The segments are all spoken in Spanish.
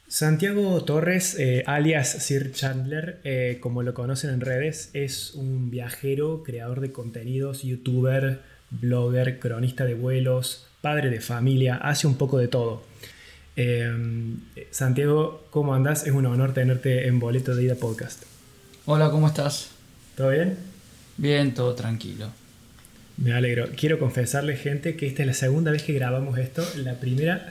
Santiago Torres, alias Sir Chandler, como lo conocen en redes, es un viajero, creador de contenidos, youtuber, blogger, cronista de vuelos, padre de familia, hace un poco de todo. Eh, Santiago, ¿cómo andás? Es un honor tenerte en Boleto de Ida Podcast. Hola, ¿cómo estás? ¿Todo bien? Bien, todo tranquilo. Me alegro. Quiero confesarle, gente, que esta es la segunda vez que grabamos esto. La primera,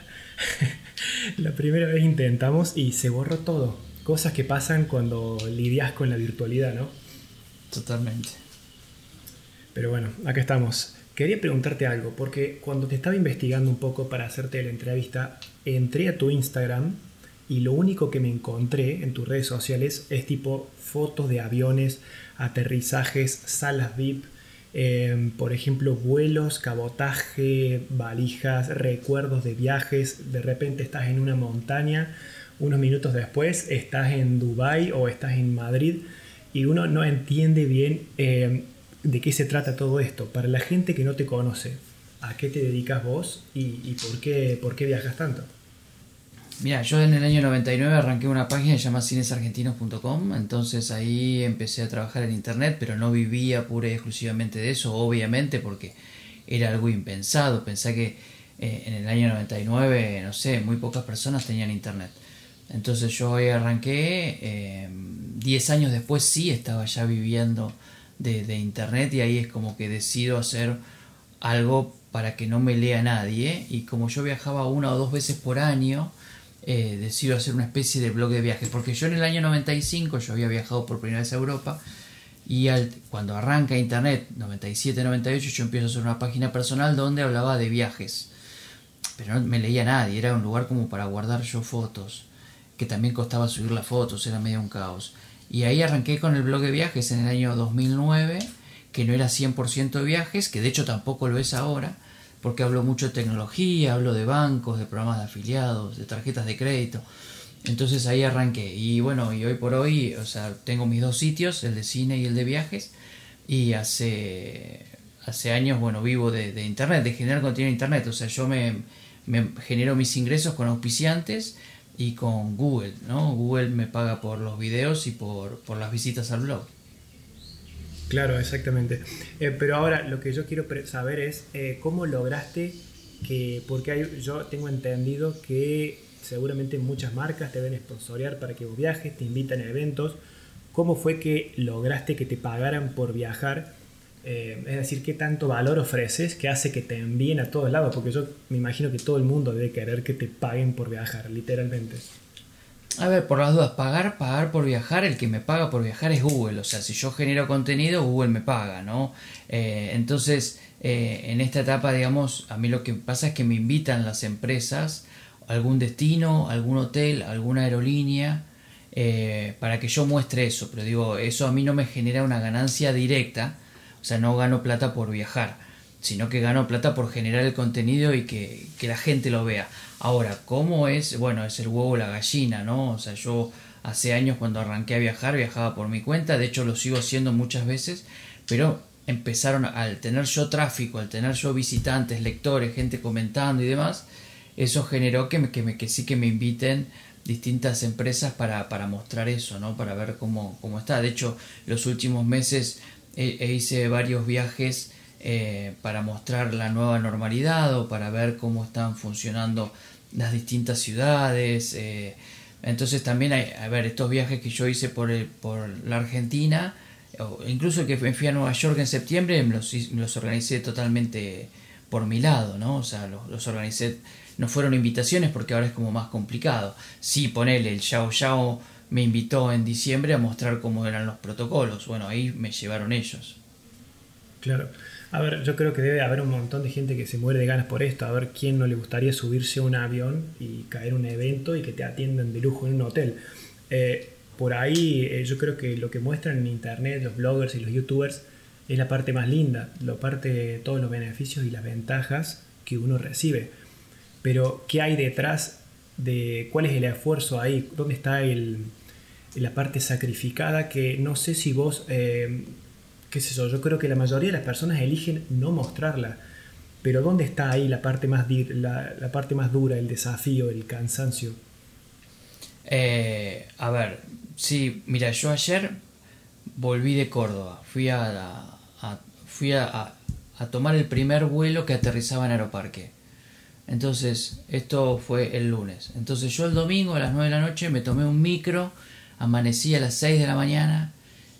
la primera vez intentamos y se borró todo. Cosas que pasan cuando lidias con la virtualidad, ¿no? Totalmente. Pero bueno, acá estamos. Quería preguntarte algo, porque cuando te estaba investigando un poco para hacerte la entrevista, entré a tu Instagram y lo único que me encontré en tus redes sociales es tipo fotos de aviones, aterrizajes, salas VIP, por ejemplo, vuelos, cabotaje, valijas, recuerdos de viajes. De repente estás en una montaña, unos minutos después estás en Dubái o estás en Madrid y uno no entiende bien de qué se trata todo esto. Para la gente que no te conoce, ¿a qué te dedicas vos y por qué viajas tanto? Mira, yo en el año 99 arranqué una página que se llama cinesargentinos.com, entonces ahí empecé a trabajar en internet, pero no vivía pura y exclusivamente de eso, obviamente, porque era algo impensado. Pensé que en el año 99, no sé, muy pocas personas tenían internet. Entonces yo ahí arranqué, 10 años después sí estaba ya viviendo de internet y ahí es como que decido hacer algo para que no me lea nadie, y como yo viajaba una o dos veces por año, decido hacer una especie de blog de viajes, porque yo en el año 95 yo había viajado por primera vez a Europa y cuando arranca internet, 97-98, yo empiezo a hacer una página personal donde hablaba de viajes, pero no me leía nadie, era un lugar como para guardar yo fotos, que también costaba subir las fotos, era medio un caos. Y ahí arranqué con el blog de viajes en el año 2009, que no era 100% de viajes, que de hecho tampoco lo es ahora, porque hablo mucho de tecnología, hablo de bancos, de programas de afiliados, de tarjetas de crédito. Entonces ahí arranqué. Y bueno, y hoy por hoy, o sea, tengo mis dos sitios, el de cine y el de viajes, y hace años, bueno, vivo de internet, de generar contenido en internet. O sea, yo me genero mis ingresos con auspiciantes y con Google, ¿no? Google me paga por los videos y por las visitas al blog. Claro, exactamente. Pero ahora lo que yo quiero saber es cómo lograste que, porque yo tengo entendido que seguramente muchas marcas te deben sponsorear para que vos viajes, te invitan a eventos. ¿Cómo fue que lograste que te pagaran por viajar? Es decir, ¿qué tanto valor ofreces que hace que te envíen a todos lados? Porque yo me imagino que todo el mundo debe querer que te paguen por viajar, literalmente. A ver, por las dudas, pagar por viajar, el que me paga por viajar es Google. O sea, si yo genero contenido, Google me paga, ¿no? Entonces, en esta etapa, digamos, a mí lo que pasa es que me invitan las empresas a algún destino, algún hotel, alguna aerolínea, para que yo muestre eso. Pero digo, eso a mí no me genera una ganancia directa. O sea, no gano plata por viajar, sino que gano plata por generar el contenido y que la gente lo vea. Ahora, ¿cómo es? Bueno, es el huevo o la gallina, ¿no? O sea, yo hace años cuando arranqué a viajar, viajaba por mi cuenta, de hecho lo sigo haciendo muchas veces, pero empezaron, al tener yo tráfico, al tener yo visitantes, lectores, gente comentando y demás, eso generó que sí que me inviten distintas empresas para mostrar eso, ¿no? Para ver cómo está. De hecho, los últimos meses hice varios viajes para mostrar la nueva normalidad o para ver cómo están funcionando las distintas ciudades. Entonces también hay, a ver, estos viajes que yo hice por la Argentina, o incluso que me fui a Nueva York en septiembre, me los organicé totalmente por mi lado, ¿no? O sea, los organicé, no fueron invitaciones porque ahora es como más complicado. Sí, ponele, el Yao Yao me invitó en diciembre a mostrar cómo eran los protocolos. Bueno, ahí me llevaron ellos. Claro. A ver, yo creo que debe haber un montón de gente que se muere de ganas por esto. A ver, ¿quién no le gustaría subirse a un avión y caer en un evento y que te atiendan de lujo en un hotel? Por ahí yo creo que lo que muestran en internet los bloggers y los youtubers es la parte más linda, la parte de todos los beneficios y las ventajas que uno recibe. Pero, ¿qué hay detrás de cuál es el esfuerzo ahí? ¿Dónde está la parte sacrificada que no sé si vos qué sé yo creo que la mayoría de las personas eligen no mostrarla, pero ¿dónde está ahí la parte más, la parte más dura, el desafío, el cansancio? A ver, sí, mira, yo ayer volví de Córdoba, fui a tomar el primer vuelo que aterrizaba en Aeroparque. Entonces, esto fue el lunes. Entonces yo el domingo a las 9 de la noche me tomé un micro, amanecí a las 6 de la mañana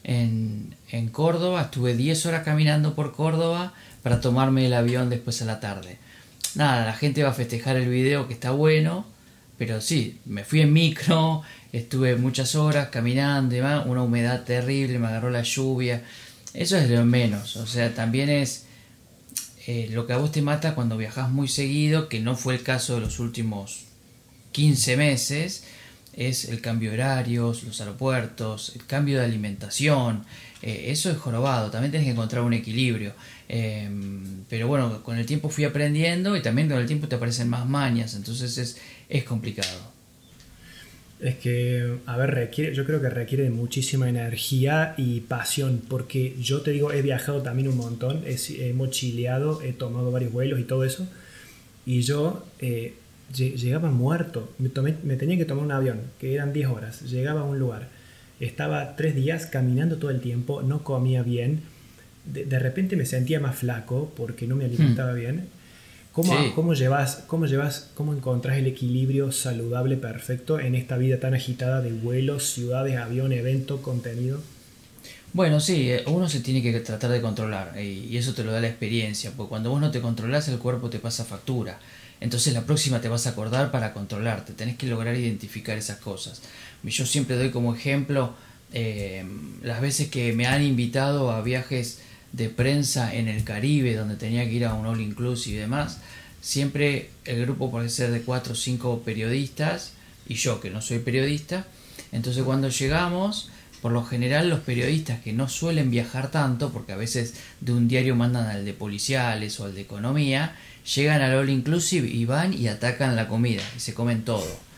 en Córdoba, estuve 10 horas caminando por Córdoba para tomarme el avión después a la tarde. Nada, la gente va a festejar el video, que está bueno, pero sí, me fui en micro, estuve muchas horas caminando y demás, una humedad terrible, me agarró la lluvia. Eso es lo menos, o sea, también es lo que a vos te mata cuando viajás muy seguido, que no fue el caso de los últimos 15 meses, es el cambio de horarios, los aeropuertos, el cambio de alimentación. Eso es jorobado, también tenés que encontrar un equilibrio. Pero bueno, con el tiempo fui aprendiendo y también con el tiempo te aparecen más mañas, entonces es complicado. Es que, a ver, yo creo que requiere de muchísima energía y pasión, porque yo te digo, he viajado también un montón, he mochileado, he tomado varios vuelos y todo eso, y yo llegaba muerto, me tenía que tomar un avión, que eran 10 horas, llegaba a un lugar, estaba 3 días caminando todo el tiempo, no comía bien, de repente me sentía más flaco porque no me alimentaba bien. ¿Cómo encontrás el equilibrio saludable perfecto en esta vida tan agitada de vuelos, ciudades, avión, evento, contenido? Bueno, sí, uno se tiene que tratar de controlar y eso te lo da la experiencia, porque cuando vos no te controlás el cuerpo te pasa factura. Entonces la próxima te vas a acordar para controlarte, tenés que lograr identificar esas cosas. Yo siempre doy como ejemplo las veces que me han invitado a viajes de prensa en el Caribe, donde tenía que ir a un all inclusive y demás. Siempre el grupo puede ser de 4 o 5 periodistas y yo que no soy periodista. Entonces cuando llegamos, por lo general los periodistas que no suelen viajar tanto, porque a veces de un diario mandan al de policiales o al de economía, llegan al all inclusive y van y atacan la comida y se comen todo.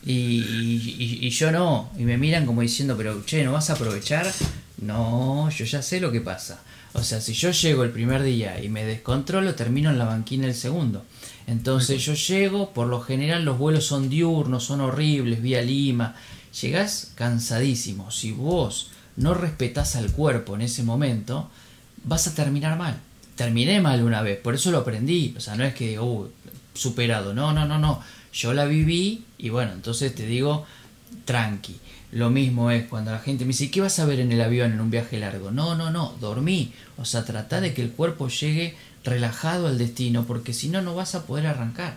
Y yo no, y me miran como diciendo, pero che, ¿no vas a aprovechar? No, yo ya sé lo que pasa. O sea, si yo llego el primer día y me descontrolo, termino en la banquina el segundo. Entonces yo llego, por lo general los vuelos son diurnos, son horribles, vía Lima. Llegás cansadísimo. Si vos no respetás al cuerpo en ese momento, vas a terminar mal. Terminé mal una vez, por eso lo aprendí. O sea, no es que digo, superado. No. Yo la viví y bueno, entonces te digo, tranqui. Lo mismo es cuando la gente me dice, ¿qué vas a ver en el avión en un viaje largo? No, dormí. O sea, trata de que el cuerpo llegue relajado al destino, porque si no, no vas a poder arrancar.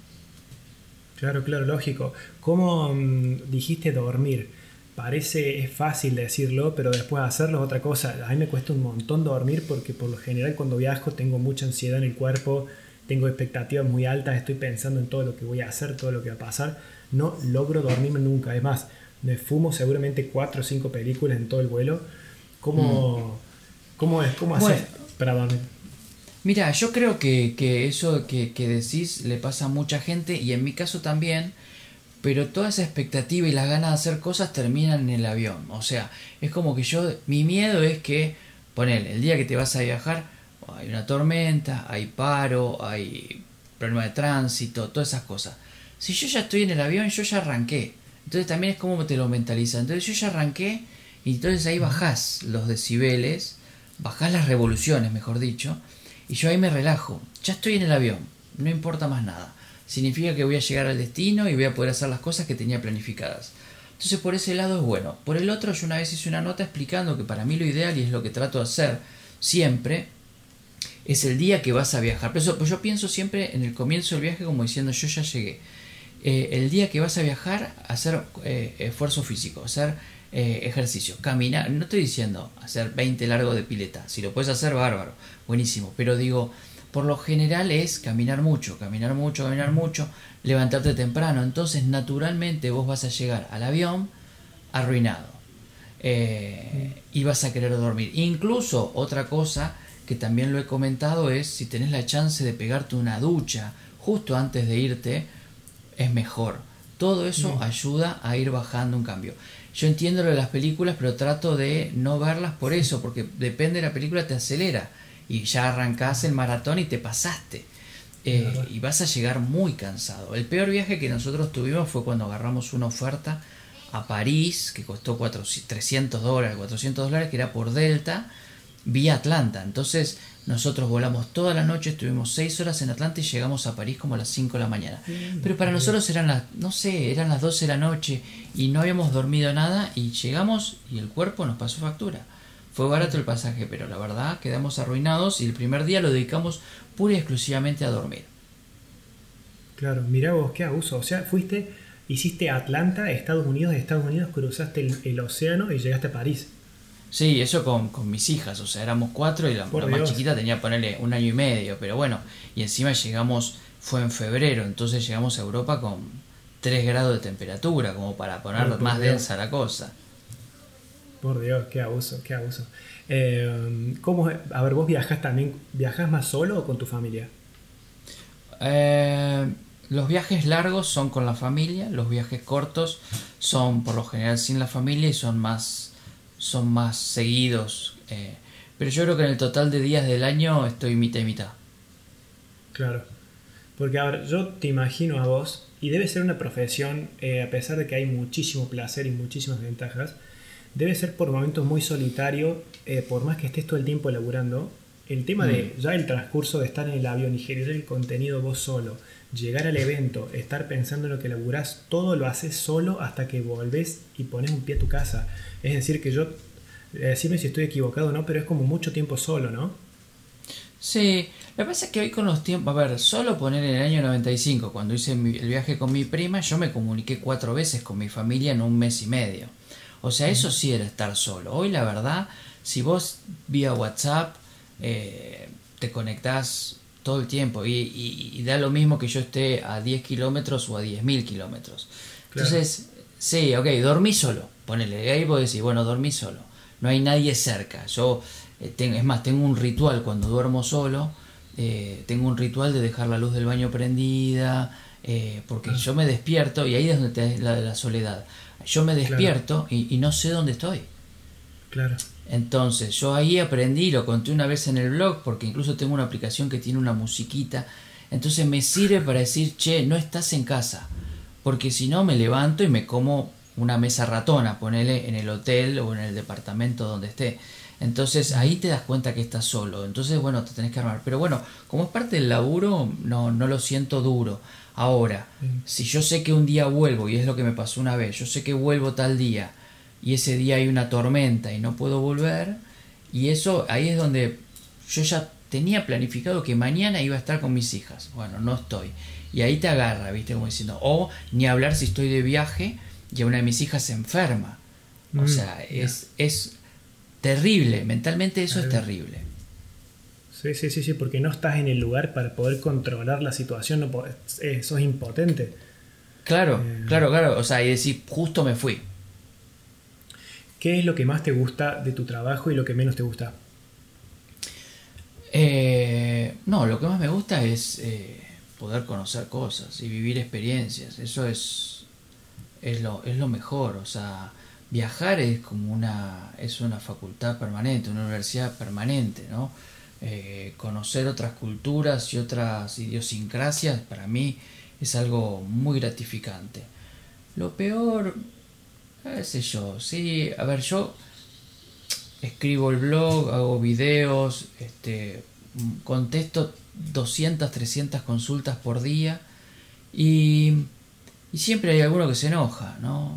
Claro, lógico. ¿Cómo dijiste dormir? Es fácil decirlo, pero después hacerlo es otra cosa. A mí me cuesta un montón dormir porque por lo general cuando viajo tengo mucha ansiedad en el cuerpo, tengo expectativas muy altas, estoy pensando en todo lo que voy a hacer, todo lo que va a pasar. No logro dormirme nunca. Es más, me fumo seguramente 4 o 5 películas en todo el vuelo. ¿Cómo haces para dormir? Mira, yo creo que eso que decís le pasa a mucha gente y en mi caso también, pero toda esa expectativa y las ganas de hacer cosas terminan en el avión. O sea, es como que mi miedo es que, ponele, el día que te vas a viajar, hay una tormenta, hay paro, hay problema de tránsito, todas esas cosas. Si yo ya estoy en el avión, yo ya arranqué. Entonces también es como te lo mentalizas. Entonces yo ya arranqué y entonces ahí bajás los decibeles, bajás las revoluciones, mejor dicho, y yo ahí me relajo. Ya estoy en el avión, no importa más nada. Significa que voy a llegar al destino y voy a poder hacer las cosas que tenía planificadas. Entonces por ese lado es bueno. Por el otro, yo una vez hice una nota explicando que para mí lo ideal, y es lo que trato de hacer siempre, es el día que vas a viajar. Pero pues yo pienso siempre en el comienzo del viaje como diciendo, yo ya llegué. El día que vas a viajar, hacer esfuerzo físico, hacer ejercicio, caminar. No estoy diciendo hacer 20 largos de pileta. Si lo puedes hacer, bárbaro, buenísimo. Pero digo, por lo general es caminar mucho, levantarte temprano. Entonces naturalmente vos vas a llegar al avión arruinado y vas a querer dormir. Incluso otra cosa que también lo he comentado es, si tenés la chance de pegarte una ducha justo antes de irte, es mejor. Todo eso ayuda a ir bajando un cambio. Yo entiendo lo de las películas, pero trato de no verlas por eso, porque depende de la película, te acelera y ya arrancás el maratón y te pasaste. es verdad. y vas a llegar muy cansado. El peor viaje que nosotros tuvimos fue cuando agarramos una oferta a París que costó $300, $400, que era por Delta, vía Atlanta. Entonces nosotros volamos toda la noche, estuvimos 6 horas en Atlanta y llegamos a París como a las 5 de la mañana. Pero para nosotros eran las, no sé, eran las 12 de la noche y no habíamos dormido nada y llegamos y el cuerpo nos pasó factura. Fue barato el pasaje, pero la verdad quedamos arruinados y el primer día lo dedicamos pura y exclusivamente a dormir. Claro, mirá vos, qué abuso. O sea, hiciste Atlanta, Estados Unidos, de Estados Unidos cruzaste el océano y llegaste a París. Sí, eso con mis hijas, o sea, éramos 4 y la Por más Dios. chiquita tenía, ponerle 1 año y medio, pero bueno, y encima llegamos, fue en febrero, entonces llegamos a Europa con 3 grados de temperatura, como para poner Por más Dios. densa la cosa. Por Dios, qué abuso, qué abuso. A ver, vos viajás más solo o con tu familia? Los viajes largos son con la familia, los viajes cortos son por lo general sin la familia y son más seguidos. Pero yo creo que en el total de días del año estoy mitad y mitad. Claro. Porque ahora yo te imagino a vos, y debe ser una profesión, a pesar de que hay muchísimo placer y muchísimas ventajas, debe ser por momentos muy solitario, por más que estés todo el tiempo elaborando. El tema de ya el transcurso de estar en el avión y generar el contenido vos solo, llegar al evento, estar pensando en lo que elaborás, todo lo haces solo hasta que volvés y pones un pie a tu casa. Es decir, que decime si estoy equivocado o no, pero es como mucho tiempo solo, ¿no? Sí, lo que pasa es que hoy con los tiempos, a ver, solo poner en el año 95, cuando hice el viaje con mi prima, yo me comuniqué 4 veces con mi familia en un mes y medio. O sea, eso sí era estar solo. Hoy la verdad, si vos vía WhatsApp te conectás todo el tiempo y da lo mismo que yo esté a 10 kilómetros o a 10.000 kilómetros. Claro. Entonces, sí, ok, dormí solo. Ponele, ahí vos decís, bueno, dormí solo. No hay nadie cerca. Yo, es más, tengo un ritual cuando duermo solo. Tengo un ritual de dejar la luz del baño prendida. Porque yo me despierto y ahí es donde te la soledad. Yo me despierto y no sé dónde estoy. Claro. Entonces, yo ahí aprendí, lo conté una vez en el blog, porque incluso tengo una aplicación que tiene una musiquita. Entonces me sirve para decir, che, no estás en casa. Porque si no, me levanto y me como una mesa ratona, ponele en el hotel o en el departamento donde esté. Entonces ahí te das cuenta que estás solo. Entonces, bueno, te tenés que armar. Pero bueno, como es parte del laburo, no lo siento duro. Ahora, si yo sé que un día vuelvo, y es lo que me pasó una vez, yo sé que vuelvo tal día, y ese día hay una tormenta y no puedo volver, y eso, ahí es donde yo ya tenía planificado que mañana iba a estar con mis hijas. Bueno, no estoy. Y ahí te agarra, ¿viste? Como diciendo, o ni hablar si estoy de viaje y una de mis hijas se enferma. O sea, es terrible, mentalmente eso es terrible. Sí, porque no estás en el lugar para poder controlar la situación, no sos impotente. Claro, claro, o sea, y decir, justo me fui. ¿Qué es lo que más te gusta de tu trabajo y lo que menos te gusta? No, lo que más me gusta es poder conocer cosas y vivir experiencias. Eso es lo mejor. O sea, viajar es como es una facultad permanente, una universidad permanente, ¿no? Conocer otras culturas y otras idiosincrasias para mí es algo muy gratificante. Lo peor, qué sé yo, sí, a ver, yo escribo el blog, hago videos, contesto 200, 300 consultas por día y siempre hay alguno que se enoja, ¿no?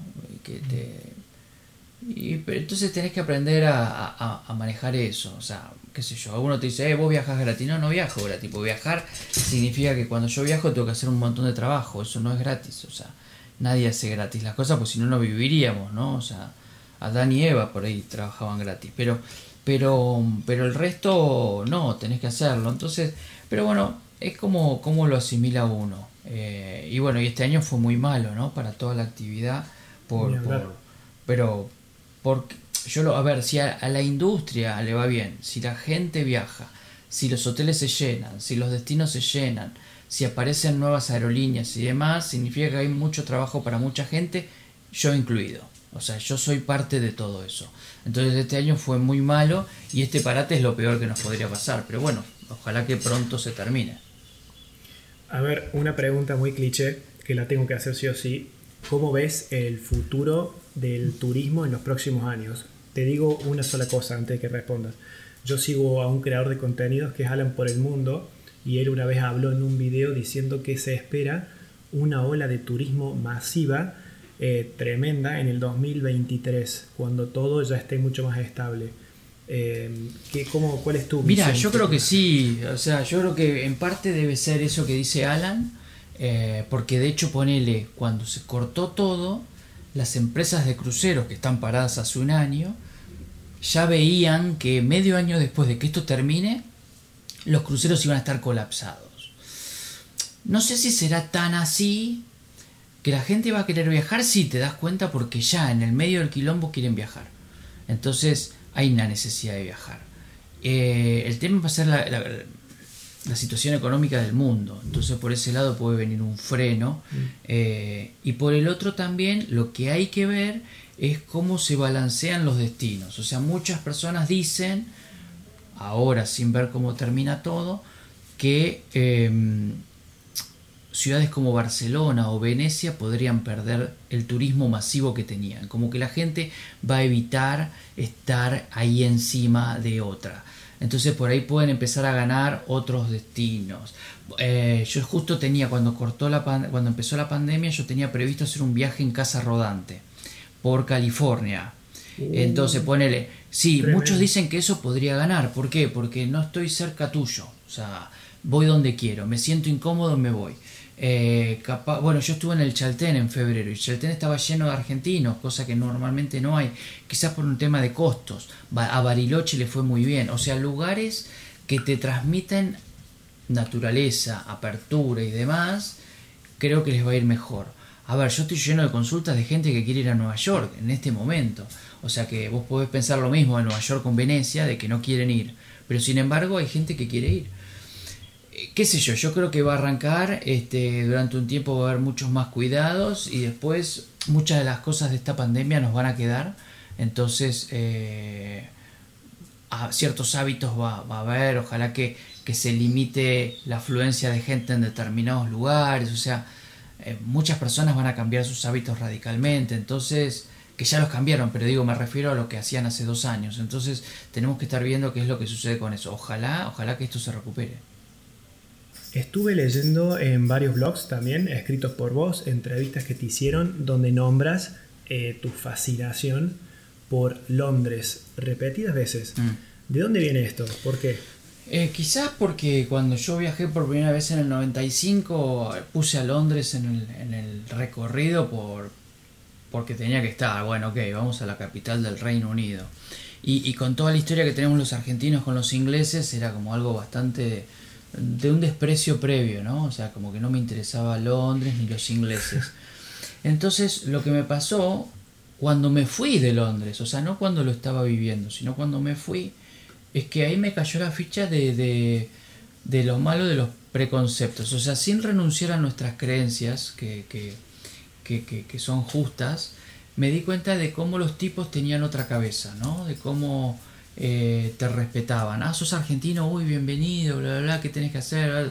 Pero entonces tenés que aprender a manejar eso. O sea, qué sé yo, alguno te dice, vos viajas gratis. No, no viajo gratis. Tipo, viajar significa que cuando yo viajo tengo que hacer un montón de trabajo. Eso no es gratis. O sea, nadie hace gratis las cosas, pues si no, no viviríamos, ¿no? O sea, Adán y Eva por ahí trabajaban gratis. Pero el resto no, tenés que hacerlo. Entonces, pero bueno, es como lo asimila uno. Y bueno, y este año fue muy malo, ¿no? Para toda la actividad. Pero porque a ver, si a la industria le va bien, si la gente viaja, si los hoteles se llenan, si los destinos se llenan, si aparecen nuevas aerolíneas y demás, significa que hay mucho trabajo para mucha gente, yo incluido. O sea, yo soy parte de todo eso. Entonces este año fue muy malo y este parate es lo peor que nos podría pasar. Pero bueno, ojalá que pronto se termine. A ver, una pregunta muy cliché que la tengo que hacer sí o sí. ¿Cómo ves el futuro del turismo en los próximos años? Te digo una sola cosa antes de que respondas. Yo sigo a un creador de contenidos que es Alan por el Mundo y él una vez habló en un video diciendo que se espera una ola de turismo masiva tremenda en el 2023, cuando todo ya esté mucho más estable. ¿Cuál es tu visión? Mira, yo creo que sí, o sea, yo creo que en parte debe ser eso que dice Alan, porque de hecho ponele, cuando se cortó todo, las empresas de cruceros que están paradas hace un año, ya veían que medio año después de que esto termine, los cruceros iban a estar colapsados. No sé si será tan así, que la gente va a querer viajar, sí, te das cuenta, porque ya en el medio del quilombo quieren viajar. Entonces hay una necesidad de viajar. El tema va a ser la situación económica del mundo. Entonces por ese lado puede venir un freno. Y por el otro también lo que hay que ver es cómo se balancean los destinos. O sea, muchas personas dicen, ahora sin ver cómo termina todo, que ciudades como Barcelona o Venecia podrían perder el turismo masivo que tenían, como que la gente va a evitar estar ahí encima de otra, entonces por ahí pueden empezar a ganar otros destinos. Yo justo tenía, cuando empezó la pandemia, yo tenía previsto hacer un viaje en casa rodante por California. Entonces ponele, sí, tremendo. Muchos dicen que eso podría ganar. ¿Por qué? Porque no estoy cerca tuyo, o sea, voy donde quiero, me siento incómodo, me voy. Bueno, yo estuve en el Chaltén en febrero y Chaltén estaba lleno de argentinos, cosa que normalmente no hay, quizás por un tema de costos. A Bariloche le fue muy bien, o sea, lugares que te transmiten naturaleza, apertura y demás, creo que les va a ir mejor. A ver, yo estoy lleno de consultas de gente que quiere ir a Nueva York en este momento, o sea que vos podés pensar lo mismo en Nueva York con Venecia, de que no quieren ir, pero sin embargo hay gente que quiere ir. Qué sé yo creo que va a arrancar, durante un tiempo va a haber muchos más cuidados y después muchas de las cosas de esta pandemia nos van a quedar, entonces a ciertos hábitos va a haber, ojalá que se limite la afluencia de gente en determinados lugares, o sea, muchas personas van a cambiar sus hábitos radicalmente, entonces, que ya los cambiaron, pero digo, me refiero a lo que hacían hace 2 años, entonces tenemos que estar viendo qué es lo que sucede con eso, ojalá que esto se recupere. Estuve leyendo en varios blogs también, escritos por vos, entrevistas que te hicieron, donde nombras tu fascinación por Londres repetidas veces. ¿De dónde viene esto? ¿Por qué? Quizás porque cuando yo viajé por primera vez en el 95, puse a Londres en el recorrido porque tenía que estar. Bueno, ok, vamos a la capital del Reino Unido. Y con toda la historia que tenemos los argentinos con los ingleses, era como algo bastante de un desprecio previo, ¿no? O sea, como que no me interesaba Londres ni los ingleses. Entonces, lo que me pasó cuando me fui de Londres, o sea, no cuando lo estaba viviendo, sino cuando me fui, es que ahí me cayó la ficha de lo malo de los preconceptos. O sea, sin renunciar a nuestras creencias, que son justas, me di cuenta de cómo los tipos tenían otra cabeza, ¿no? De cómo te respetaban. Sos argentino, uy, bienvenido, bla, bla, bla, ¿qué tenés que hacer?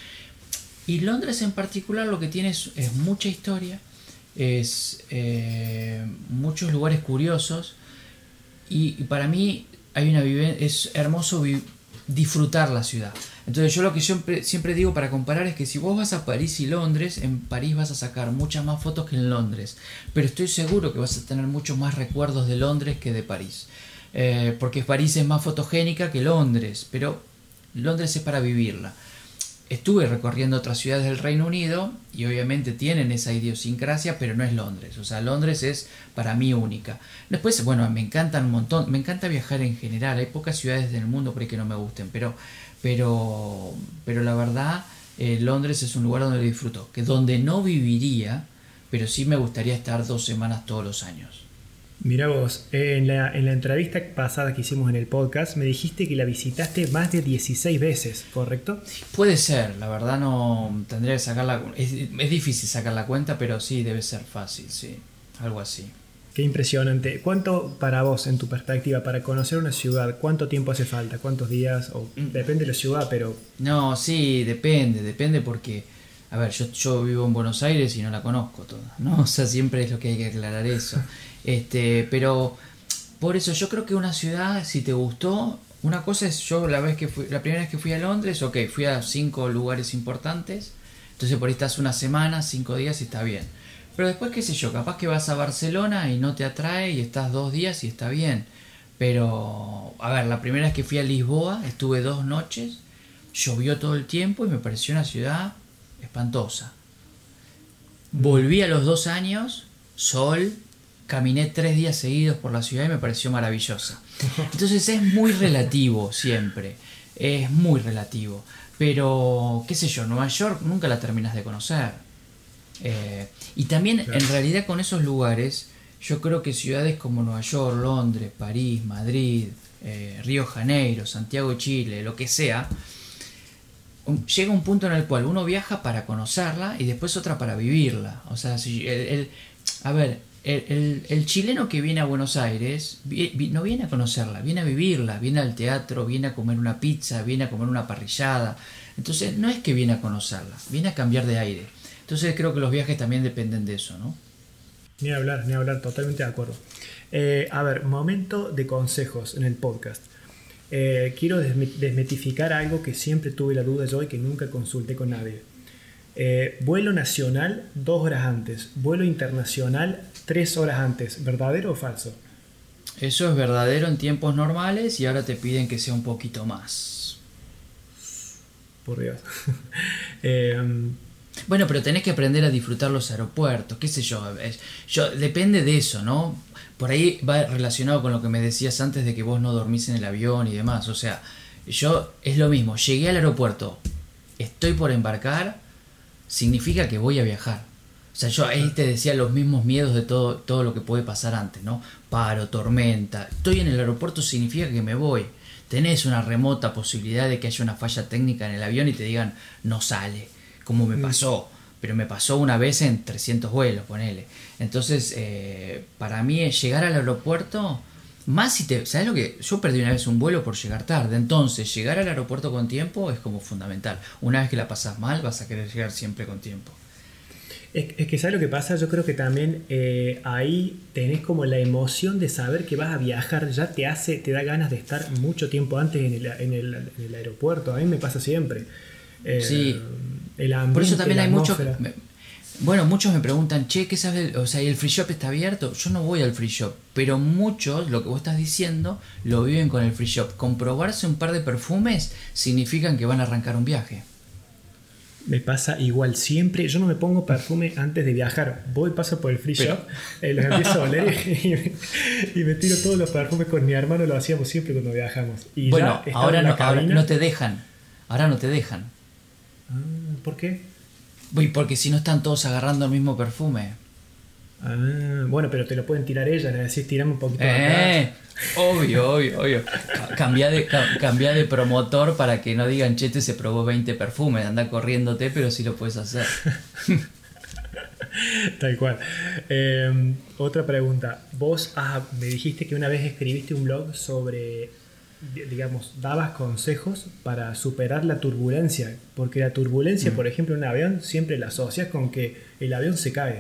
Y Londres en particular lo que tiene es mucha historia, es muchos lugares curiosos, y para mí es hermoso disfrutar la ciudad. Entonces yo lo que siempre digo para comparar es que si vos vas a París y Londres, en París vas a sacar muchas más fotos que en Londres, pero estoy seguro que vas a tener muchos más recuerdos de Londres que de París. Porque París es más fotogénica que Londres, pero Londres es para vivirla. Estuve recorriendo otras ciudades del Reino Unido y obviamente tienen esa idiosincrasia, pero no es Londres. O sea, Londres es para mí única. Después, bueno, me encantan un montón, me encanta viajar en general. Hay pocas ciudades del mundo por ahí que no me gusten, pero la verdad, Londres es un lugar donde disfruto, que donde no viviría, pero sí me gustaría estar 2 semanas todos los años. Mirá vos, en la entrevista pasada que hicimos en el podcast me dijiste que la visitaste más de 16 veces, ¿correcto? Puede ser, la verdad no tendría que sacarla, es difícil sacar la cuenta, pero sí debe ser fácil, sí, algo así. Qué impresionante. ¿Cuánto para vos, en tu perspectiva, para conocer una ciudad, cuánto tiempo hace falta? ¿Cuántos días? O depende de la ciudad, pero... No, sí, depende porque A ver, yo vivo en Buenos Aires y no la conozco toda, ¿no? O sea, siempre es lo que hay que aclarar eso. Pero por eso yo creo que una ciudad, si te gustó, una cosa es yo la primera vez que fui a Londres, ok, fui a 5 lugares importantes, entonces por ahí estás una semana, 5 días y está bien. Pero después, qué sé yo, capaz que vas a Barcelona y no te atrae y estás 2 días y está bien. Pero, a ver, la primera vez que fui a Lisboa, estuve 2 noches, llovió todo el tiempo y me pareció una ciudad espantosa. Volví a los 2 años, sol, caminé 3 días seguidos por la ciudad y me pareció maravillosa. Entonces es muy relativo siempre, es muy relativo. Pero, qué sé yo, Nueva York nunca la terminas de conocer. Y también, Claro. en realidad, con esos lugares, yo creo que ciudades como Nueva York, Londres, París, Madrid, Río de Janeiro, Santiago de Chile, lo que sea, llega un punto en el cual uno viaja para conocerla y después otra para vivirla. O sea, si a ver, el chileno que viene a Buenos Aires no viene a conocerla, viene a vivirla, viene al teatro, viene a comer una pizza, viene a comer una parrillada. Entonces no es que viene a conocerla, viene a cambiar de aire. Entonces creo que los viajes también dependen de eso, ¿no? Ni hablar, totalmente de acuerdo. A ver, momento de consejos en el podcast. Quiero desmitificar algo que siempre tuve la duda yo y que nunca consulté con nadie. Vuelo nacional 2 horas antes, vuelo internacional 3 horas antes, ¿verdadero o falso? Eso es verdadero en tiempos normales y ahora te piden que sea un poquito más. Por Dios. Eh, Bueno, pero tenés que aprender a disfrutar los aeropuertos, qué sé yo. Depende de eso, ¿no? Por ahí va relacionado con lo que me decías antes de que vos no dormís en el avión y demás. O sea, yo es lo mismo. Llegué al aeropuerto, estoy por embarcar, significa que voy a viajar. O sea, yo ahí te decía los mismos miedos de todo lo que puede pasar antes, ¿no? Paro, tormenta. Estoy en el aeropuerto significa que me voy. Tenés una remota posibilidad de que haya una falla técnica en el avión y te digan no sale, como me pasó. Pero me pasó una vez en 300 vuelos, ponele. Entonces, para mí llegar al aeropuerto, más si te... ¿Sabes lo que? Yo perdí una vez un vuelo por llegar tarde. Entonces, llegar al aeropuerto con tiempo es como fundamental. Una vez que la pasas mal, vas a querer llegar siempre con tiempo. es que ¿sabes lo que pasa? Yo creo que también ahí tenés como la emoción de saber que vas a viajar, ya te da ganas de estar mucho tiempo antes en el aeropuerto. A mí me pasa siempre. Sí, El por eso ambiente, también la hay muchos... atmósfera. Bueno, muchos me preguntan, che, ¿qué sabes? O sea, ¿y el free shop está abierto? Yo no voy al free shop, pero muchos, lo que vos estás diciendo, lo viven con el free shop. Comprobarse un par de perfumes significan que van a arrancar un viaje. Me pasa igual siempre. Yo no me pongo perfume antes de viajar. Voy, paso por el free shop, los empiezo a oler y me tiro todos los perfumes con mi hermano. Lo hacíamos siempre cuando viajamos. Y Bueno, ya ahora en la no, ahora cabina. no te dejan. Ahora no te dejan. Ah, ¿por qué? Uy, porque si no están todos agarrando el mismo perfume. Ah, bueno, pero te lo pueden tirar ellas. Le decís, tirame un poquito de atrás. Obvio. Cambia de promotor para que no digan, che, este se probó 20 perfumes, anda corriéndote, pero sí lo puedes hacer. Tal cual. Otra pregunta. Me dijiste que una vez escribiste un blog sobre, digamos, dabas consejos para superar la turbulencia, porque la turbulencia, por ejemplo, en un avión siempre la asocias con que el avión se cae.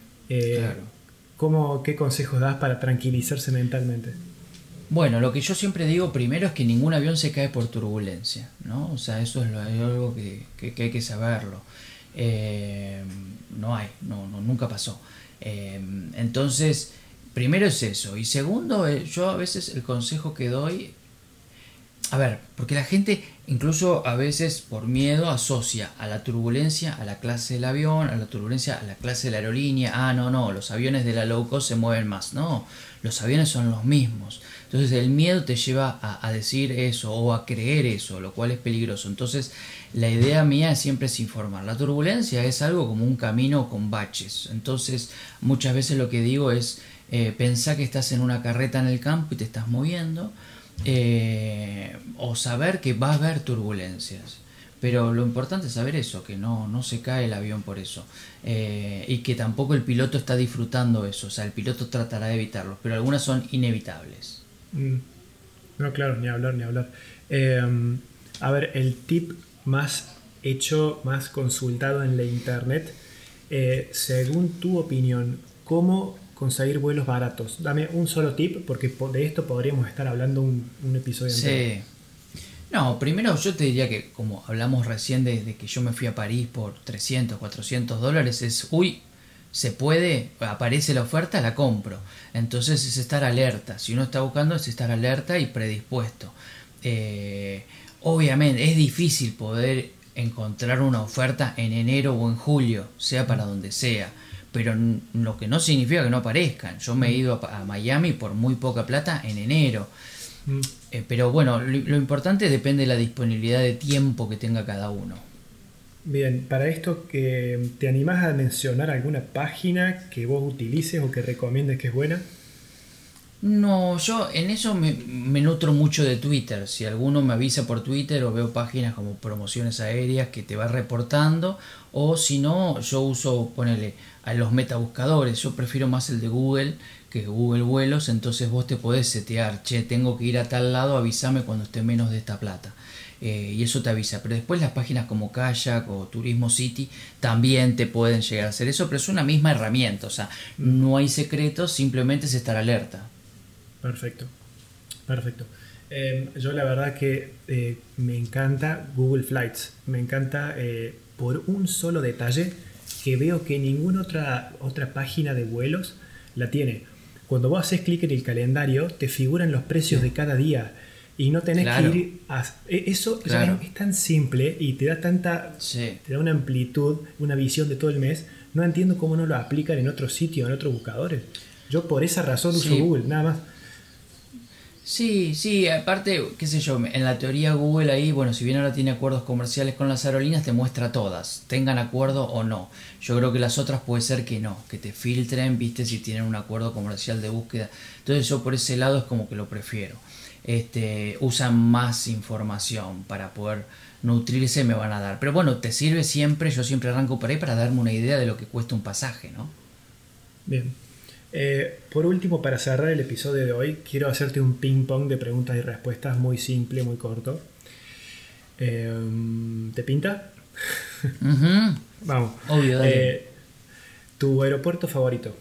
Claro. ¿Qué consejos das para tranquilizarse mentalmente? Bueno, lo que yo siempre digo primero es que ningún avión se cae por turbulencia, ¿no? O sea, eso es algo que hay que saberlo. Nunca pasó. Entonces, primero es eso. Y segundo, yo a veces el consejo que doy, a ver, porque la gente incluso a veces por miedo asocia a la turbulencia a la clase del avión, a la turbulencia a la clase de la aerolínea. Ah, no, los aviones de la low cost se mueven más. No, los aviones son los mismos. Entonces el miedo te lleva a decir eso o a creer eso, lo cual es peligroso. Entonces la idea mía siempre es informar. La turbulencia es algo como un camino con baches. Entonces muchas veces lo que digo es pensá que estás en una carreta en el campo y te estás moviendo. O saber que va a haber turbulencias, pero lo importante es saber eso, que no se cae el avión por eso, y que tampoco el piloto está disfrutando eso. O sea, el piloto tratará de evitarlos, pero algunas son inevitables. No, claro, ni hablar. A ver, el tip más hecho más consultado en la internet. Según tu opinión, ¿cómo conseguir vuelos baratos? Dame un solo tip, porque de esto podríamos estar hablando un episodio entero. Sí. No, primero yo te diría que como hablamos recién de que yo me fui a París por 300, $400, es, uy, se puede, aparece la oferta, la compro. Entonces es estar alerta. Si uno está buscando es estar alerta y predispuesto. Obviamente es difícil poder encontrar una oferta en enero o en julio, sea para donde sea. Pero lo que no significa que no aparezcan. Yo me he ido a Miami por muy poca plata en enero. Pero bueno, lo importante depende de la disponibilidad de tiempo que tenga cada uno. Bien, para esto, ¿te animás a mencionar alguna página que vos utilices o que recomiendes que es buena? No, yo en eso me nutro mucho de Twitter. Si alguno me avisa por Twitter o veo páginas como promociones aéreas que te va reportando, o si no, yo uso, ponele, a los metabuscadores. Yo prefiero más el de Google que Google Vuelos, entonces vos te podés setear, che, tengo que ir a tal lado, avísame cuando esté menos de esta plata. Y eso te avisa, pero después las páginas como Kayak o Turismo City también te pueden llegar a hacer eso, pero es una misma herramienta, o sea, no hay secretos, simplemente es estar alerta. Perfecto, perfecto. Yo la verdad que me encanta Google Flights, me encanta por un solo detalle que veo que ninguna otra página de vuelos la tiene. Cuando vos haces clic en el calendario te figuran los precios de cada día y no tenés que ir a... Eso ya es tan simple y te da te da una amplitud, una visión de todo el mes. No entiendo cómo no lo aplican en otros sitios, en otros buscadores. Yo por esa razón uso Google, nada más. Sí, aparte, qué sé yo, en la teoría Google ahí, bueno, si bien ahora tiene acuerdos comerciales con las aerolíneas, te muestra todas, tengan acuerdo o no. Yo creo que las otras puede ser que no, que te filtren, viste, si tienen un acuerdo comercial de búsqueda. Entonces yo por ese lado es como que lo prefiero. Usan más información para poder nutrirse, me van a dar. Pero bueno, te sirve siempre, yo siempre arranco por ahí para darme una idea de lo que cuesta un pasaje, ¿no? Bien. Por último, para cerrar el episodio de hoy, quiero hacerte un ping pong de preguntas y respuestas muy simple, muy corto. ¿Te pinta? Uh-huh. Vamos. Obvio, dale. ¿Tu aeropuerto favorito?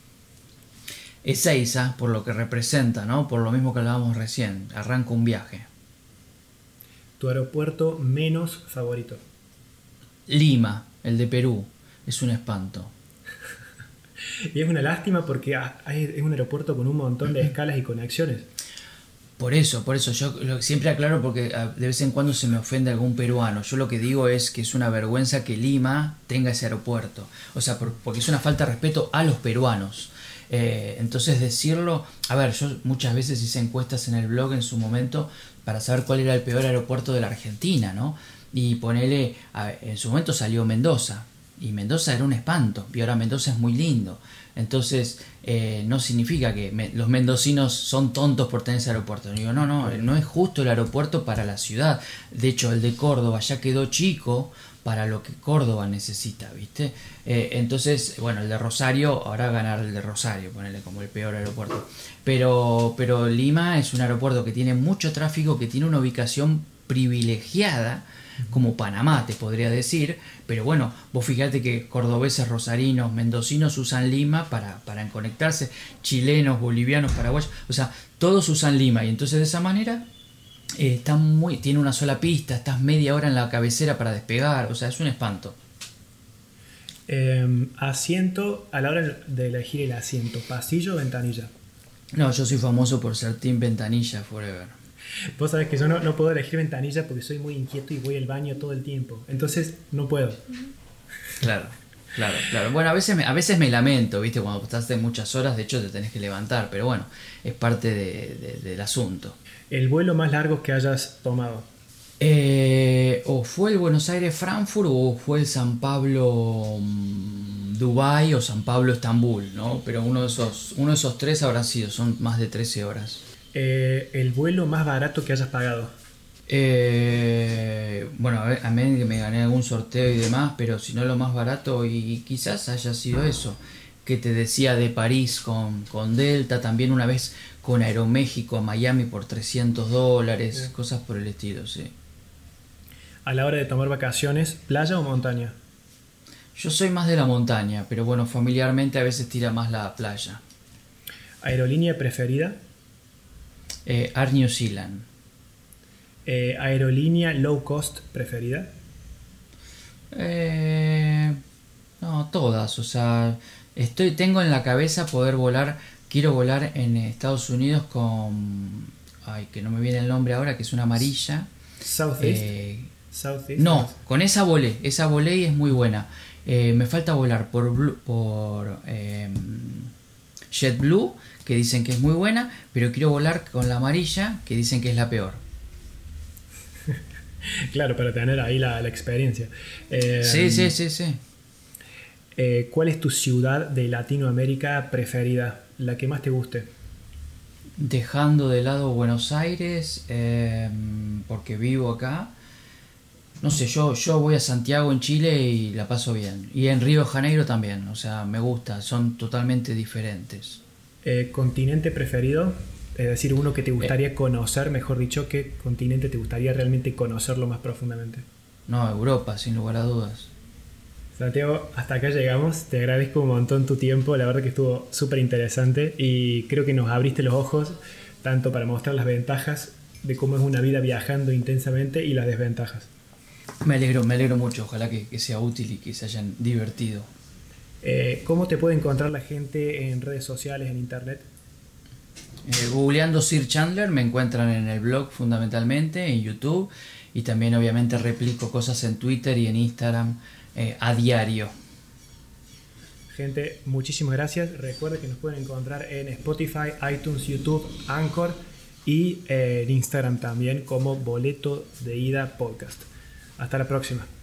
Ezeiza, por lo que representa, ¿no? Por lo mismo que hablábamos recién. Arranco un viaje. ¿Tu aeropuerto menos favorito? Lima, el de Perú. Es un espanto. Y es una lástima porque es un aeropuerto con un montón de escalas y conexiones. Por eso, yo siempre aclaro porque de vez en cuando se me ofende algún peruano. Yo lo que digo es que es una vergüenza que Lima tenga ese aeropuerto. O sea, porque es una falta de respeto a los peruanos. Entonces decirlo... A ver, yo muchas veces hice encuestas en el blog en su momento para saber cuál era el peor aeropuerto de la Argentina, ¿no? Y ponele... en su momento salió Mendoza. Y Mendoza era un espanto, y ahora Mendoza es muy lindo. Entonces, no significa que los mendocinos son tontos por tener ese aeropuerto. Digo, no es justo el aeropuerto para la ciudad. De hecho, el de Córdoba ya quedó chico para lo que Córdoba necesita, ¿viste? Entonces, bueno, el de Rosario, ahora ganar el de Rosario, ponerle como el peor aeropuerto. Pero Lima es un aeropuerto que tiene mucho tráfico, que tiene una ubicación privilegiada, como Panamá te podría decir, pero bueno, vos fíjate que cordobeses, rosarinos, mendocinos usan Lima para conectarse, chilenos, bolivianos, paraguayos, o sea, todos usan Lima y entonces de esa manera tiene una sola pista, estás media hora en la cabecera para despegar, o sea, es un espanto. Asiento, a la hora de elegir el asiento, ¿pasillo o ventanilla? No, yo soy famoso por ser team ventanilla forever. Vos sabés que yo no puedo elegir ventanilla porque soy muy inquieto y voy al baño todo el tiempo. Entonces no puedo. Claro. Bueno, a veces me lamento, ¿viste? Cuando estás de muchas horas, de hecho te tenés que levantar. Pero bueno, es parte del asunto. ¿El vuelo más largo que hayas tomado? O fue el Buenos Aires-Frankfurt o fue el San Pablo-Dubái o San Pablo-Estambul, ¿no? Pero uno de esos tres habrá sido, son más de 13 horas. ¿El vuelo más barato que hayas pagado? Bueno, a menos que me gané algún sorteo y demás, pero si no lo más barato, y quizás haya sido eso, que te decía de París con Delta, también una vez con Aeroméxico a Miami por $300, cosas por el estilo, sí. A la hora de tomar vacaciones, ¿playa o montaña? Yo soy más de la montaña, pero bueno, familiarmente a veces tira más la playa. ¿Aerolínea preferida? Air New Zealand. ¿Aerolínea low cost preferida? No, todas, o sea, tengo en la cabeza poder volar, quiero volar en Estados Unidos con, ay, que no me viene el nombre ahora, que es una amarilla. Southeast. Southeast. No, con esa volé y es muy buena. Me falta volar por JetBlue, que dicen que es muy buena, pero quiero volar con la amarilla, que dicen que es la peor. Claro, para tener ahí la experiencia. Sí. ¿Cuál es tu ciudad de Latinoamérica preferida? La que más te guste. Dejando de lado Buenos Aires, porque vivo acá. No sé, yo voy a Santiago en Chile y la paso bien. Y en Río de Janeiro también, o sea, me gusta, son totalmente diferentes. ¿Continente preferido? Es decir, uno que te gustaría conocer, mejor dicho, ¿qué continente te gustaría realmente conocerlo más profundamente? No, Europa, sin lugar a dudas. Santiago, hasta acá llegamos. Te agradezco un montón tu tiempo. La verdad que estuvo súper interesante y creo que nos abriste los ojos tanto para mostrar las ventajas de cómo es una vida viajando intensamente y las desventajas. Me alegro mucho. Ojalá que sea útil y que se hayan divertido. ¿Cómo te puede encontrar la gente en redes sociales, en internet? Googleando Sir Chandler me encuentran en el blog fundamentalmente, en YouTube, y también obviamente replico cosas en Twitter y en Instagram a diario. Gente, muchísimas gracias. Recuerden que nos pueden encontrar en Spotify, iTunes, YouTube, Anchor y en Instagram también como Boleto de Ida Podcast. Hasta la próxima.